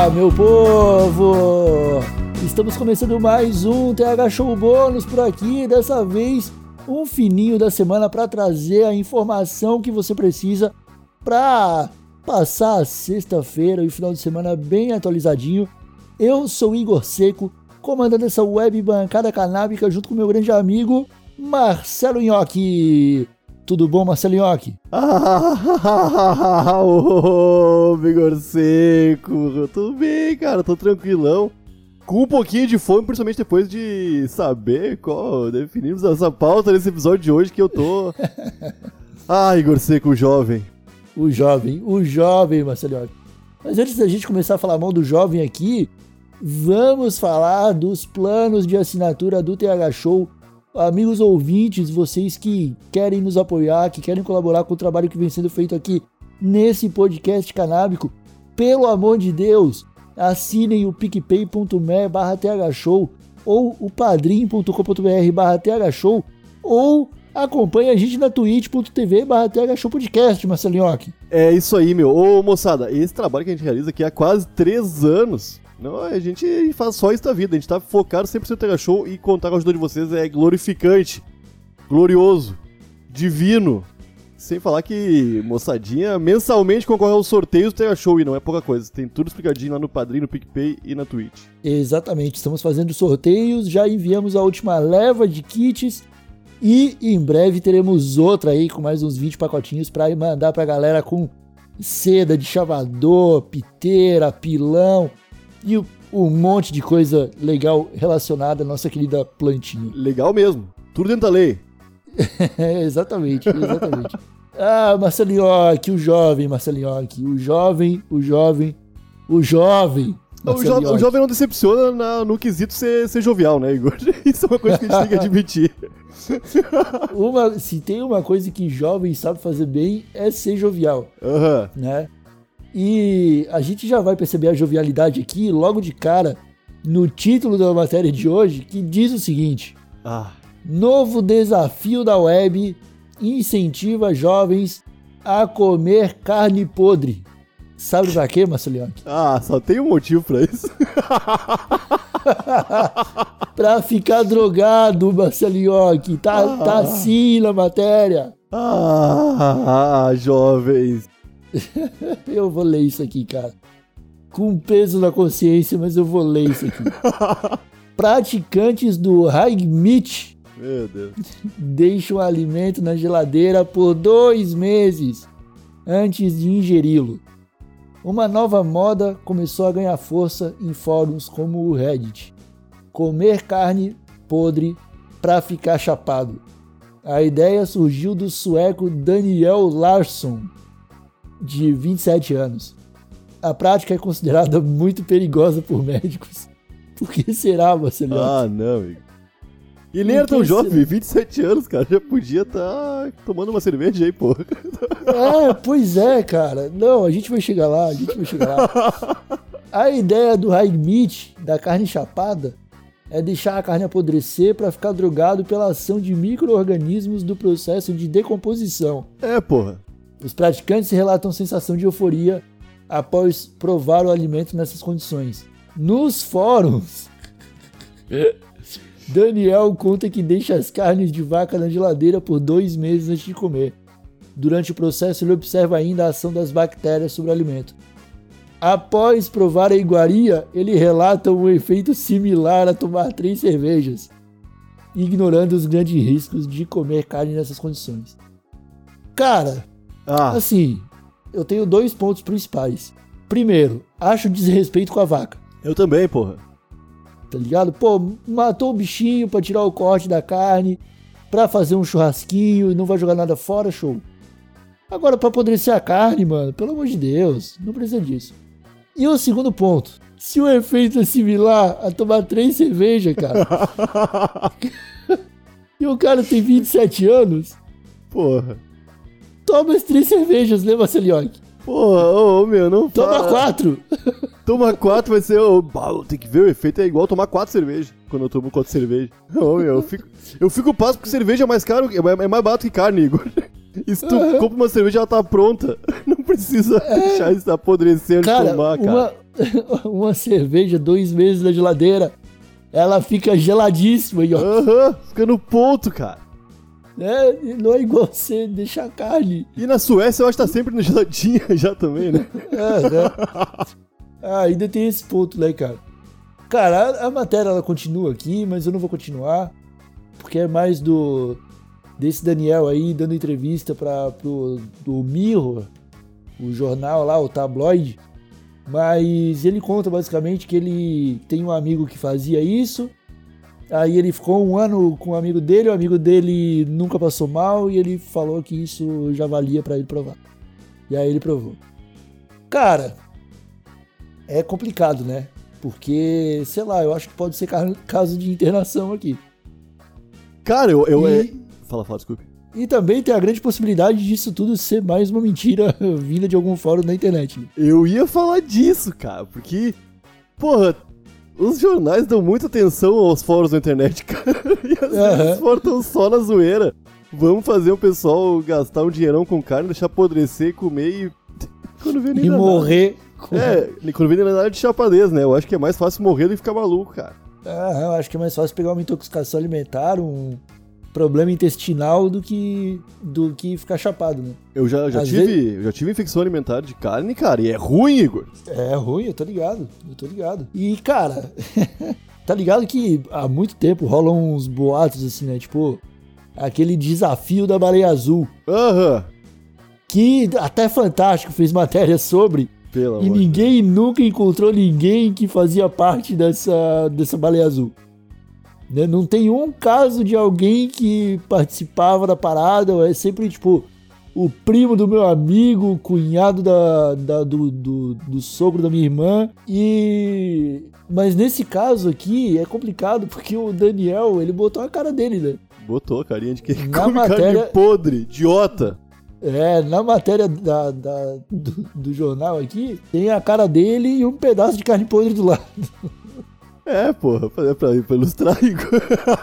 Olá, meu povo! Estamos começando mais um TH Show Bônus por aqui, dessa vez um fininho da semana para trazer a informação que você precisa para passar a sexta-feira e o final de semana bem atualizadinho. Eu sou Igor Seco, comandando essa web bancada canábica junto com meu grande amigo Marcelo Nhoque. Tudo bom, Marcelo Nhoque? Igor Seco, tudo bem, cara, tô tranquilão. Com um pouquinho de fome, principalmente depois de saber qual definimos essa pauta nesse episódio de hoje que eu tô... Igor Seco, o jovem. O jovem, Marcelo Nhoque. Mas antes da gente começar a falar mal do jovem aqui, vamos falar dos planos de assinatura do TH Show. Amigos ouvintes, vocês que querem nos apoiar, que querem colaborar com o trabalho que vem sendo feito aqui nesse podcast canábico, pelo amor de Deus, assinem o picpay.me/thshow ou o padrim.com.br/thshow ou acompanhe a gente na twitch.tv/thshowpodcast, Marcelo Nhoque. É isso aí, meu. Ô, moçada, esse trabalho que a gente realiza aqui há quase 3 anos... Não, a gente faz só isso da vida, a gente tá focado sempre no TH Show e contar com a ajuda de vocês é glorificante, glorioso, divino. Sem falar que, moçadinha, mensalmente concorre aos sorteios do TH Show e não é pouca coisa. Tem tudo explicadinho lá no Padrim, no PicPay e na Twitch. Exatamente, estamos fazendo sorteios, já enviamos a última leva de kits e em breve teremos outra aí com mais uns 20 pacotinhos pra mandar pra galera com seda de chavador, piteira, pilão... E um monte de coisa legal relacionada à nossa querida plantinha. Legal mesmo. Tudo dentro da lei. Exatamente. Marcelo Nhoque, o jovem Marcelo Nhoque. O jovem. O jovem não decepciona no quesito ser jovial, né, Igor? Isso é uma coisa que a gente tem que admitir. Se tem uma coisa que jovem sabe fazer bem, é ser jovial. Né? E a gente já vai perceber a jovialidade aqui logo de cara no título da matéria de hoje, que diz o seguinte: Novo desafio da web incentiva jovens a comer carne podre. Sabe pra quê, Marcelo? Só tem um motivo pra isso. Pra ficar drogado, Marcelo. Tá assim na matéria. Jovens. Eu vou ler isso aqui, cara. Com peso na consciência, mas eu vou ler isso aqui. Praticantes do High Meat, meu Deus, deixam o alimento na geladeira por 2 meses antes de ingeri-lo. Uma nova moda começou a ganhar força em fóruns como o Reddit. Comer carne podre pra ficar chapado. A ideia surgiu do sueco Daniel Larsson, de 27 anos. A prática é considerada muito perigosa por médicos. Por que será, Marcelo? Não, amigo. E nem era tão jovem, 27 anos, cara. Já podia estar tomando uma cerveja aí, pô. Pois é, cara. Não, a gente vai chegar lá. A ideia do high meat, da carne chapada, é deixar a carne apodrecer para ficar drogado pela ação de micro-organismos do processo de decomposição. Porra. Os praticantes relatam sensação de euforia após provar o alimento nessas condições. Nos fóruns, Daniel conta que deixa as carnes de vaca na geladeira por 2 meses antes de comer. Durante o processo, ele observa ainda a ação das bactérias sobre o alimento. Após provar a iguaria, ele relata um efeito similar a tomar 3 cervejas, ignorando os grandes riscos de comer carne nessas condições. Cara... Assim, eu tenho 2 pontos principais. Primeiro, acho desrespeito com a vaca. Eu também, porra. Tá ligado? Pô, matou o bichinho pra tirar o corte da carne, pra fazer um churrasquinho e não vai jogar nada fora, show. Agora, pra apodrecer a carne, mano, pelo amor de Deus, não precisa disso. E o segundo ponto, se o efeito é similar a tomar 3 cervejas, cara, e o cara tem 27 anos, porra. Toma as 3 cervejas, né, Marcelo? Porra, meu, não fala. Toma 4. Toma 4 vai ser... tem que ver, o efeito é igual tomar 4 cervejas. Quando eu tomo 4 cervejas. Meu, eu fico passo porque cerveja é mais caro, é mais barato que carne, Igor. E se tu compra uma cerveja, ela tá pronta. Não precisa deixar isso apodrecer antes de tomar, cara. uma cerveja 2 meses na geladeira, ela fica geladíssima. E, ó, fica no ponto, cara. Não é igual você deixar a carne. E na Suécia eu acho que tá sempre na geladinha já também, né? Ainda tem esse ponto, né, cara? Cara, a matéria ela continua aqui, mas eu não vou continuar, porque é mais desse Daniel aí dando entrevista do Mirror, o jornal lá, o tabloide. Mas ele conta basicamente que ele tem um amigo que fazia isso. Aí ele ficou 1 ano com o amigo dele nunca passou mal e ele falou que isso já valia pra ele provar. E aí ele provou. Cara, é complicado, né? Porque, sei lá, eu acho que pode ser caso de internação aqui. Cara, Fala, desculpe. E também tem a grande possibilidade disso tudo ser mais uma mentira vinda de algum fórum na internet. Eu ia falar disso, cara, porque, porra, os jornais dão muita atenção aos fóruns da internet, cara. E às vezes os fóruns estão só na zoeira. Vamos fazer o pessoal gastar um dinheirão com carne, deixar apodrecer, comer e... quando vê nem e morrer. Quando vê nada de chapadez, né? Eu acho que é mais fácil morrer do que ficar maluco, cara. Eu acho que é mais fácil pegar uma intoxicação alimentar, um problema intestinal do que ficar chapado, né? Eu já tive infecção alimentar de carne, cara, e é ruim, Igor. É ruim, eu tô ligado. E, cara, tá ligado que há muito tempo rolam uns boatos assim, né? Tipo, aquele desafio da baleia azul. Que até Fantástico fez matéria sobre. E ninguém nunca encontrou ninguém que fazia parte dessa baleia azul. Não tem um caso de alguém que participava da parada, é sempre tipo o primo do meu amigo, o cunhado do sogro da minha irmã. Mas nesse caso aqui é complicado porque o Daniel, ele botou a cara dele, né? Botou a carinha de quem come carne podre, idiota. Na matéria do jornal aqui, tem a cara dele e um pedaço de carne podre do lado. Porra, pra ilustrar, Igor.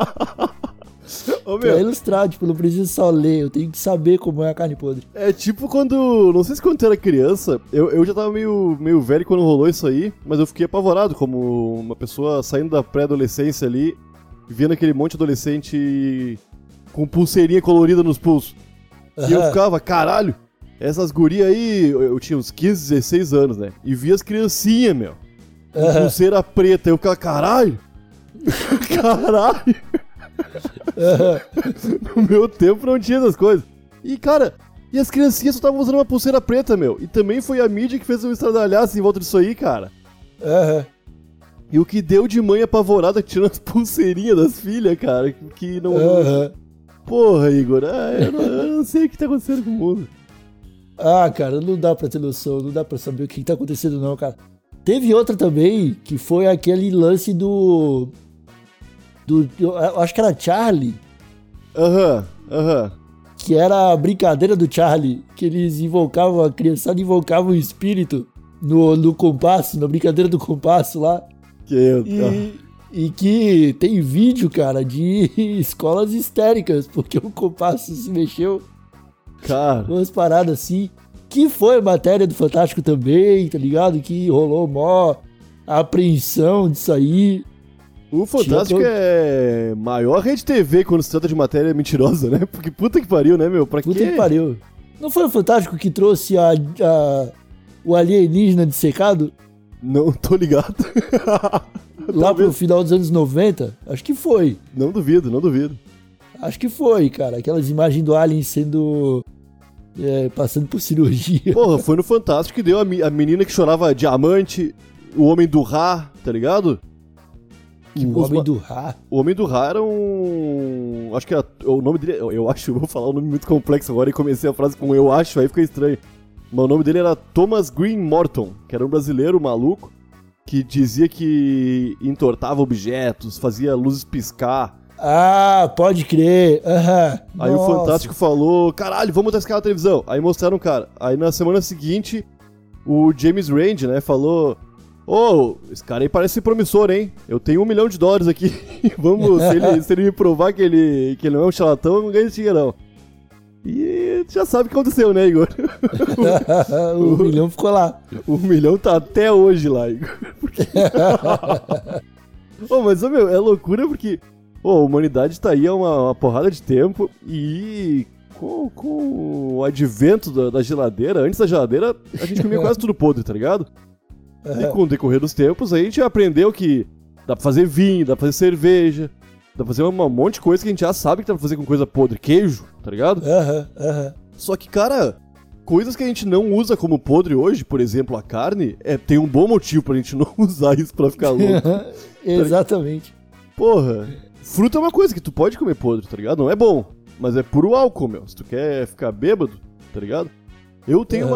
Pra ilustrar, tipo, não preciso só ler, eu tenho que saber como é a carne podre. É tipo quando, não sei se quando tu era criança, eu já tava meio velho quando rolou isso aí, mas eu fiquei apavorado como uma pessoa saindo da pré-adolescência ali, vendo aquele monte de adolescente com pulseirinha colorida nos pulsos. E eu ficava, caralho, essas gurias aí, eu tinha uns 15, 16 anos, né? E via as criancinhas, meu, com pulseira preta. Eu ficava, caralho! Caralho! No meu tempo não tinha essas coisas. E, cara, e as criancinhas só estavam usando uma pulseira preta, meu. E também foi a mídia que fez eu estradalhaço em volta disso aí, cara. E o que deu de mãe apavorada tirando as pulseirinhas das filhas, cara, que não... Porra, Igor, eu não sei o que tá acontecendo com o mundo. Cara, não dá pra ter noção, não dá pra saber o que tá acontecendo não, cara. Teve outra também, que foi aquele lance eu acho que era Charlie. Que era a brincadeira do Charlie, que eles invocavam, a criançada invocava o espírito no compasso, na brincadeira do compasso lá. E que tem vídeo, cara, de escolas histéricas, porque o compasso se mexeu. Cara. Umas paradas assim. Que foi matéria do Fantástico também, tá ligado? Que rolou mó apreensão disso aí. O Fantástico é maior rede TV quando se trata de matéria mentirosa, né? Porque puta que pariu, né, meu? Pra quê? Puta que pariu. Não foi o Fantástico que trouxe o alienígena dissecado? Não tô ligado. Lá pro final dos anos 90? Acho que foi. Não duvido. Acho que foi, cara. Aquelas imagens do Alien sendo... passando por cirurgia. Porra, foi no Fantástico que deu a menina que chorava diamante, o Homem do Ra, tá ligado? O Homem do Ra? O Homem do Ra era um... Acho que era... O nome dele... Eu vou falar um nome muito complexo agora e comecei a frase com eu acho, aí fica estranho. Mas o nome dele era Thomas Green Morton, que era um brasileiro maluco, que dizia que entortava objetos, fazia luzes piscar. Pode crer. Aí o Fantástico falou, caralho, vamos botar esse cara na televisão. Aí mostraram o cara. Aí na semana seguinte, o James Randi, né, falou... esse cara aí parece promissor, hein? Eu tenho $1 milhão aqui. Vamos, se ele me provar que ele não é um charlatão, eu não ganho esse dinheirão. E Já sabe o que aconteceu, né, Igor? O milhão ficou lá. O milhão tá até hoje lá, Igor. Mas, meu, é loucura porque a humanidade tá aí há uma porrada de tempo e com o advento da geladeira, antes da geladeira, a gente comia quase tudo podre, tá ligado? E com o decorrer dos tempos, a gente aprendeu que dá pra fazer vinho, dá pra fazer cerveja, dá pra fazer um monte de coisa que a gente já sabe que dá pra fazer com coisa podre. Queijo, tá ligado? Só que, cara, coisas que a gente não usa como podre hoje, por exemplo, a carne, tem um bom motivo pra gente não usar isso pra ficar louco. Exatamente. Porra, fruta é uma coisa que tu pode comer podre, tá ligado? Não é bom, mas é puro álcool, meu. Se tu quer ficar bêbado, tá ligado? Eu tenho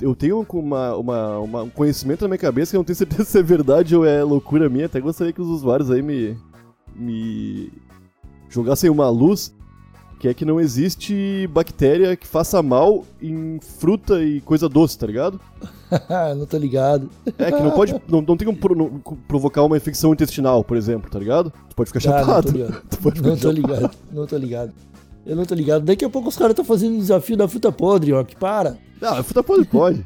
um conhecimento na minha cabeça que eu não tenho certeza se é verdade ou é loucura minha. Até gostaria que os usuários aí me jogassem uma luz, que é que não existe bactéria que faça mal em fruta e coisa doce, tá ligado? Não tô ligado. Que não pode, não tem como provocar uma infecção intestinal, por exemplo, tá ligado? Tu pode ficar chapado. Não tô ligado. Eu não tô ligado. Daqui a pouco os caras estão fazendo o desafio da fruta podre, ó, que para. A fruta podre pode.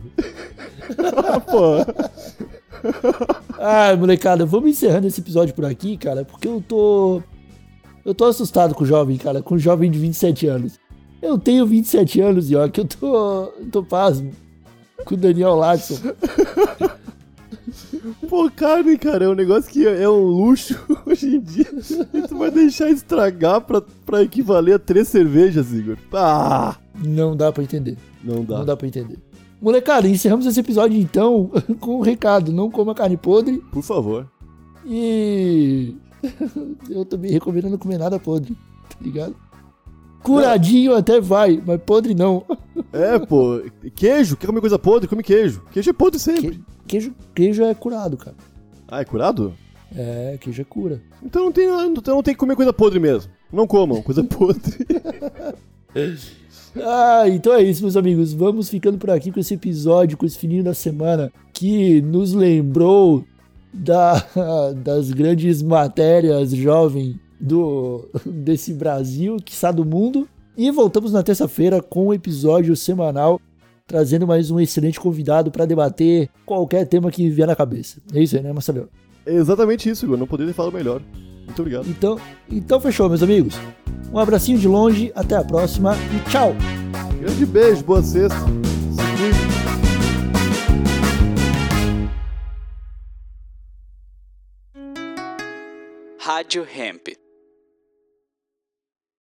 Molecada, vamos encerrando esse episódio por aqui, cara, porque eu tô assustado com o jovem, cara, com o jovem de 27 anos. Eu tenho 27 anos, e ó, que eu tô pasmo com o Daniel Ladson. Carne, cara, é um negócio que é um luxo hoje em dia. E tu vai deixar estragar pra equivaler a 3 cervejas, Igor. Não dá pra entender. Não dá pra entender. Molecada, encerramos esse episódio então com um recado: não coma carne podre. Por favor. E eu também recomendo não comer nada podre, tá ligado? Curadinho até vai, mas podre não. Queijo, quer comer coisa podre? Come queijo. Queijo é podre sempre. Queijo é curado, cara. É curado? Queijo é cura. Então não tem que comer coisa podre mesmo. Não comam coisa podre. Então é isso, meus amigos. Vamos ficando por aqui com esse episódio, com esse fininho da semana que nos lembrou das grandes matérias jovem desse Brasil, quiçá do mundo. E voltamos na terça-feira com um episódio semanal, trazendo mais um excelente convidado para debater qualquer tema que vier na cabeça. É isso aí, né, Marcelo? É exatamente isso, Igor. Não poderia falar melhor. Muito obrigado. Então fechou, meus amigos. Um abracinho de longe, até a próxima e tchau! Grande beijo, boa sexta. Se cuide. Rádio Hemp.